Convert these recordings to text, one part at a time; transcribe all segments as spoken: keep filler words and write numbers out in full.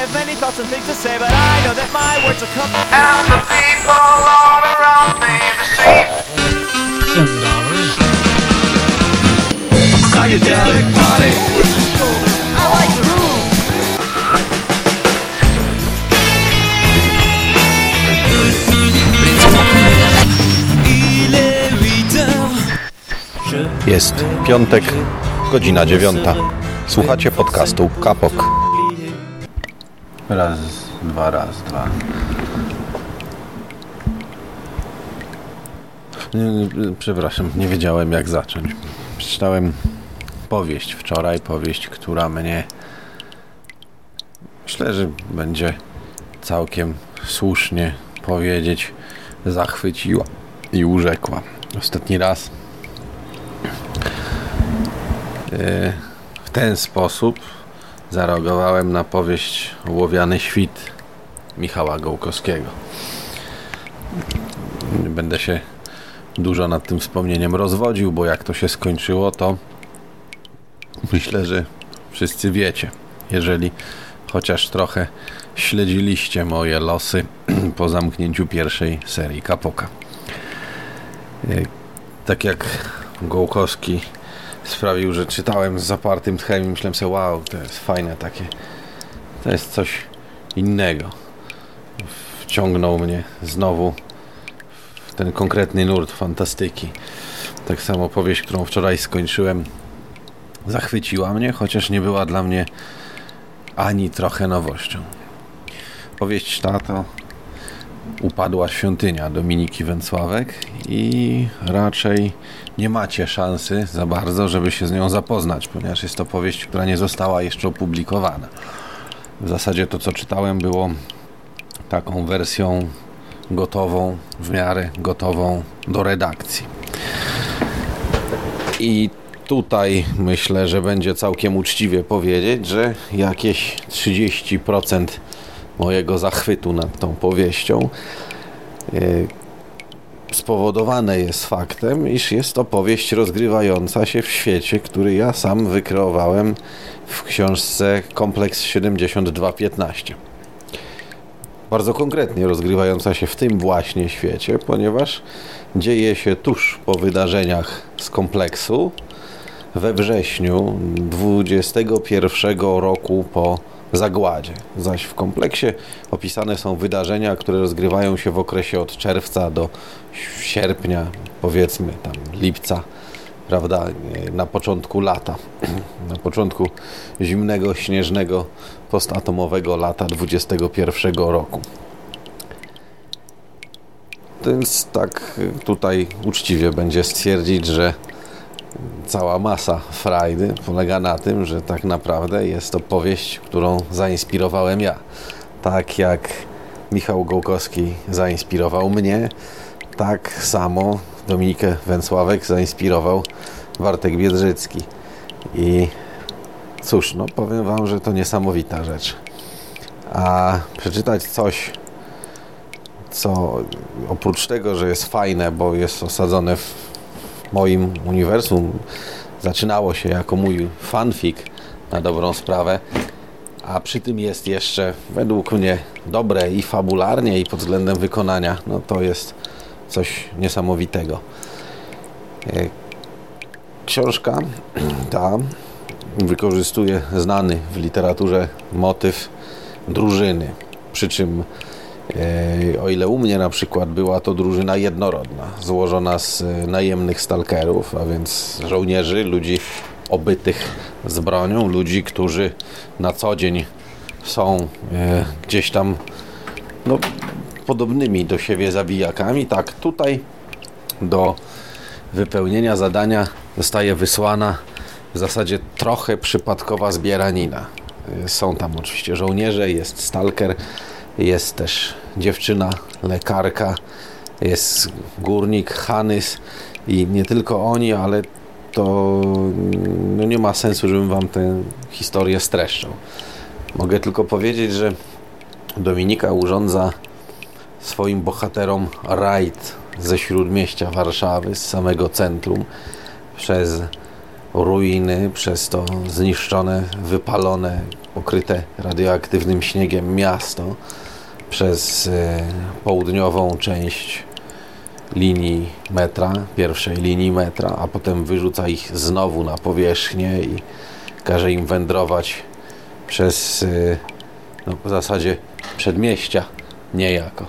have many thoughts and things to say, but I know that my words will come. And the people all around me, the same. Ten dollars. Psychedelic party. I like groove. Jest piątek, godzina dziewiąta. Słuchacie podcastu Kapok. Raz, dwa, raz, dwa. Przepraszam, nie wiedziałem jak zacząć. Przeczytałem powieść wczoraj, powieść, która mnie, myślę, że będzie całkiem słusznie powiedzieć, zachwyciła i urzekła. Ostatni raz w ten sposób zareagowałem na powieść Ołowiany świt Michała Gołkowskiego. Nie będę się dużo nad tym wspomnieniem rozwodził, bo jak to się skończyło, to myślę, że wszyscy wiecie, jeżeli chociaż trochę śledziliście moje losy po zamknięciu pierwszej serii Kapoka. Tak jak Gołkowski sprawił, że czytałem z zapartym tchem i myślałem sobie, wow, to jest fajne takie, to jest coś innego. Wciągnął mnie znowu w ten konkretny nurt fantastyki. Tak samo powieść, którą wczoraj skończyłem, zachwyciła mnie, chociaż nie była dla mnie ani trochę nowością. Powieść ta to Upadła świątynia Dominiki Węcławek i raczej nie macie szansy za bardzo, żeby się z nią zapoznać, ponieważ jest to powieść, która nie została jeszcze opublikowana. W zasadzie to, co czytałem, było taką wersją gotową, w miarę gotową do redakcji. I tutaj myślę, że będzie całkiem uczciwie powiedzieć, że jakieś trzydzieści procent mojego zachwytu nad tą powieścią yy, spowodowane jest faktem, iż jest to powieść rozgrywająca się w świecie, który ja sam wykreowałem w książce Kompleks siedemdziesiąt dwa piętnaście. Bardzo konkretnie rozgrywająca się w tym właśnie świecie, ponieważ dzieje się tuż po wydarzeniach z kompleksu we wrześniu dwudziestego pierwszego roku po zagładzie. Zaś w kompleksie opisane są wydarzenia, które rozgrywają się w okresie od czerwca do sierpnia, powiedzmy tam lipca, prawda, na początku lata, na początku zimnego, śnieżnego, postatomowego lata dwudziestego pierwszego roku. Więc tak tutaj uczciwie będzie stwierdzić, że cała masa frajdy polega na tym, że tak naprawdę jest to powieść, którą zainspirowałem ja. Tak jak Michał Gołkowski zainspirował mnie, tak samo Dominikę Węcławek zainspirował Bartek Biedrzycki. I cóż, no powiem wam, że to niesamowita rzecz. A przeczytać coś, co oprócz tego, że jest fajne, bo jest osadzone w moim uniwersum, zaczynało się jako mój fanfic na dobrą sprawę, a przy tym jest jeszcze według mnie dobre i fabularnie, i pod względem wykonania, no to jest coś niesamowitego. Książka ta wykorzystuje znany w literaturze motyw drużyny, przy czym o ile u mnie na przykład była to drużyna jednorodna, złożona z najemnych stalkerów, a więc żołnierzy, ludzi obytych z bronią, ludzi, którzy na co dzień są e, gdzieś tam no, podobnymi do siebie zabijakami, tak tutaj do wypełnienia zadania zostaje wysłana w zasadzie trochę przypadkowa zbieranina. Są tam oczywiście żołnierze, jest stalker, jest też dziewczyna, lekarka, jest górnik, Hanys i nie tylko oni, ale to no nie ma sensu, żebym wam tę historię streszczał. Mogę tylko powiedzieć, że Dominika urządza swoim bohaterom rajd ze śródmieścia Warszawy, z samego centrum, przez ruiny, przez to zniszczone, wypalone, pokryte radioaktywnym śniegiem miasto, przez e, południową część linii metra, pierwszej linii metra, a potem wyrzuca ich znowu na powierzchnię i każe im wędrować przez e, no, w zasadzie przedmieścia niejako.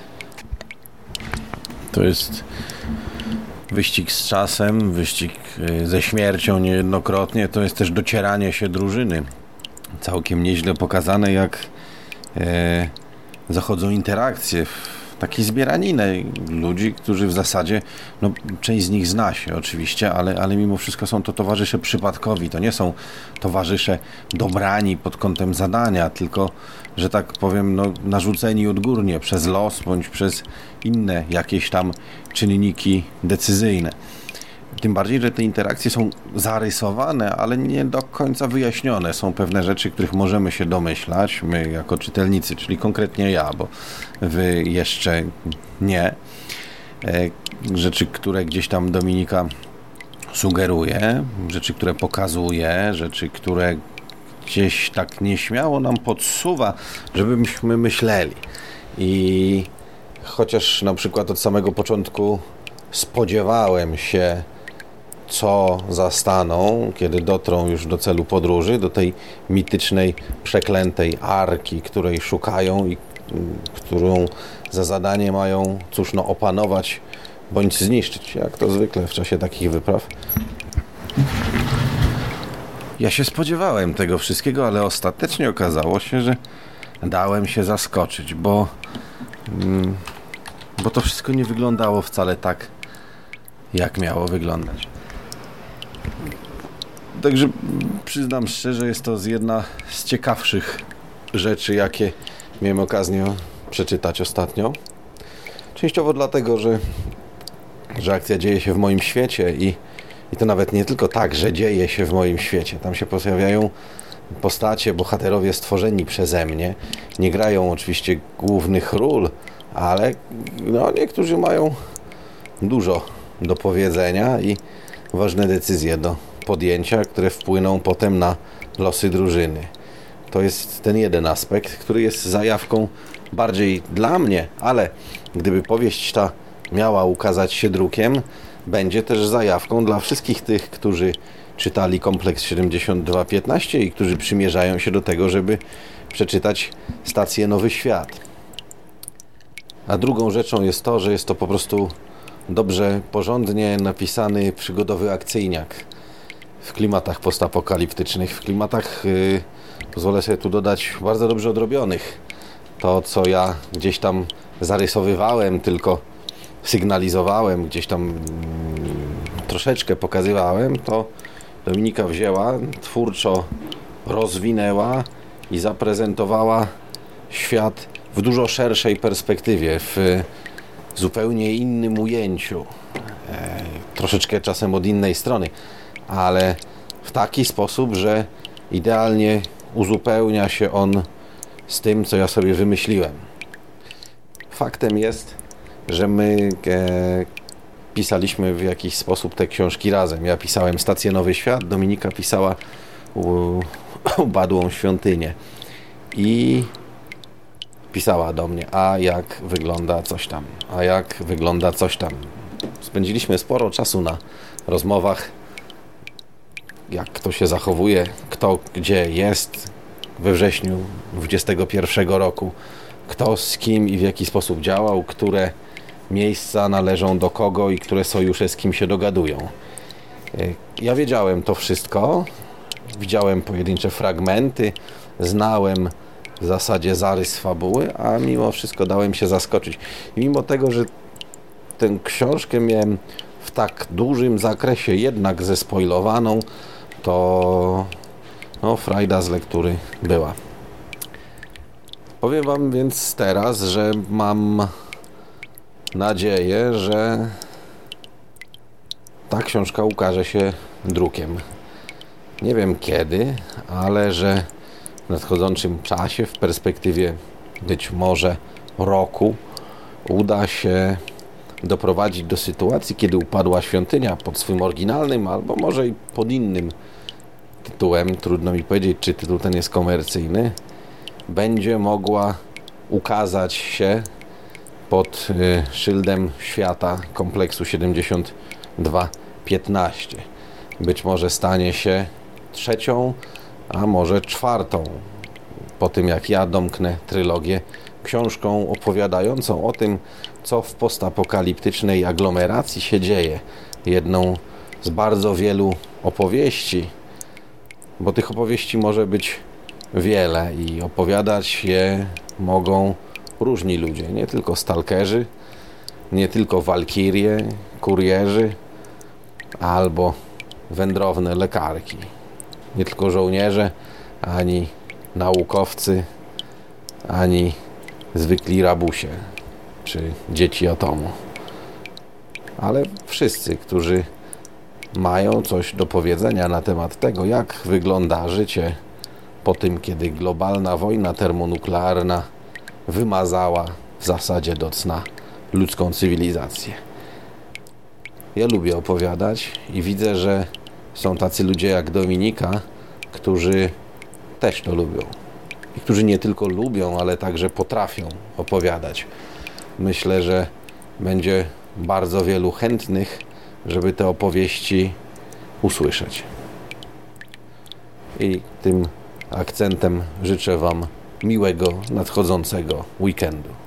To jest wyścig z czasem, wyścig ze śmiercią niejednokrotnie. To jest też docieranie się drużyny. Całkiem nieźle pokazane, jak e, zachodzą interakcje w takiej zbieraninę ludzi, którzy w zasadzie, no część z nich zna się oczywiście, ale, ale mimo wszystko są to towarzysze przypadkowi. To nie są towarzysze dobrani pod kątem zadania, tylko, że tak powiem, no, narzuceni odgórnie przez los bądź przez inne jakieś tam czynniki decyzyjne. Tym bardziej, że te interakcje są zarysowane, ale nie do końca wyjaśnione. Są pewne rzeczy, których możemy się domyślać, my jako czytelnicy, czyli konkretnie ja, bo wy jeszcze nie. Rzeczy, które gdzieś tam Dominika sugeruje, rzeczy, które pokazuje, rzeczy, które gdzieś tak nieśmiało nam podsuwa, żebyśmy myśleli. I chociaż na przykład od samego początku spodziewałem się, co zastaną, kiedy dotrą już do celu podróży, do tej mitycznej, przeklętej arki, której szukają i którą za zadanie mają, cóż, no, opanować bądź zniszczyć, jak to zwykle w czasie takich wypraw. Ja się spodziewałem tego wszystkiego, ale ostatecznie okazało się, że dałem się zaskoczyć, bo, mm, bo to wszystko nie wyglądało wcale tak, jak miało wyglądać. Także przyznam szczerze, jest to jedna z ciekawszych rzeczy, jakie miałem okazję przeczytać ostatnio. Częściowo dlatego, że, że akcja dzieje się w moim świecie i, i to nawet nie tylko tak, że dzieje się w moim świecie. Tam się pojawiają postacie, bohaterowie stworzeni przeze mnie. Nie grają oczywiście głównych ról, ale no, niektórzy mają dużo do powiedzenia i ważne decyzje do podjęcia, które wpłyną potem na losy drużyny. To jest ten jeden aspekt, który jest zajawką bardziej dla mnie, ale gdyby powieść ta miała ukazać się drukiem, będzie też zajawką dla wszystkich tych, którzy czytali Kompleks siedemdziesiąt dwa piętnaście i którzy przymierzają się do tego, żeby przeczytać Stację Nowy Świat. A drugą rzeczą jest to, że jest to po prostu dobrze, porządnie napisany przygodowy akcyjniak w klimatach postapokaliptycznych, w klimatach, yy, pozwolę sobie tu dodać, bardzo dobrze odrobionych. To, co ja gdzieś tam zarysowywałem, tylko sygnalizowałem, gdzieś tam yy, troszeczkę pokazywałem, to Dominika wzięła, twórczo rozwinęła i zaprezentowała świat w dużo szerszej perspektywie, w zupełnie innym ujęciu, e, troszeczkę czasem od innej strony, ale w taki sposób, że idealnie uzupełnia się on z tym, co ja sobie wymyśliłem. Faktem jest, że my e, pisaliśmy w jakiś sposób te książki razem. Ja pisałem Stację Nowy Świat, Dominika pisała u, Upadłą Świątynię i pisała do mnie, a jak wygląda coś tam, a jak wygląda coś tam. Spędziliśmy sporo czasu na rozmowach, jak to się zachowuje, kto gdzie jest we wrześniu dwudziestego pierwszego roku, kto z kim i w jaki sposób działał, które miejsca należą do kogo i które sojusze z kim się dogadują. Ja wiedziałem to wszystko, widziałem pojedyncze fragmenty, znałem w zasadzie zarys fabuły, a mimo wszystko dałem się zaskoczyć. I mimo tego, że tę książkę miałem w tak dużym zakresie jednak zespoilowaną, to no, frajda z lektury była. Powiem wam więc teraz, że mam nadzieję, że ta książka ukaże się drukiem. Nie wiem kiedy, ale że w nadchodzącym czasie, w perspektywie być może roku, uda się doprowadzić do sytuacji, kiedy upadła świątynia pod swym oryginalnym, albo może i pod innym tytułem, trudno mi powiedzieć, czy tytuł ten jest komercyjny, będzie mogła ukazać się pod y, szyldem świata kompleksu siedemdziesiąt dwa piętnaście. Być może stanie się trzecią, a może czwartą, po tym jak ja domknę trylogię, książką opowiadającą o tym, co w postapokaliptycznej aglomeracji się dzieje. Jedną z bardzo wielu opowieści, bo tych opowieści może być wiele i opowiadać je mogą różni ludzie, nie tylko stalkerzy, nie tylko walkirie, kurierzy albo wędrowne lekarki, nie tylko żołnierze, ani naukowcy, ani zwykli rabusie czy dzieci atomu, ale wszyscy, którzy mają coś do powiedzenia na temat tego, jak wygląda życie po tym, kiedy globalna wojna termonuklearna wymazała w zasadzie do cna ludzką cywilizację. Ja lubię opowiadać i widzę, że są tacy ludzie jak Dominika, którzy też to lubią. I którzy nie tylko lubią, ale także potrafią opowiadać. Myślę, że będzie bardzo wielu chętnych, żeby te opowieści usłyszeć. I tym akcentem życzę Wam miłego nadchodzącego weekendu.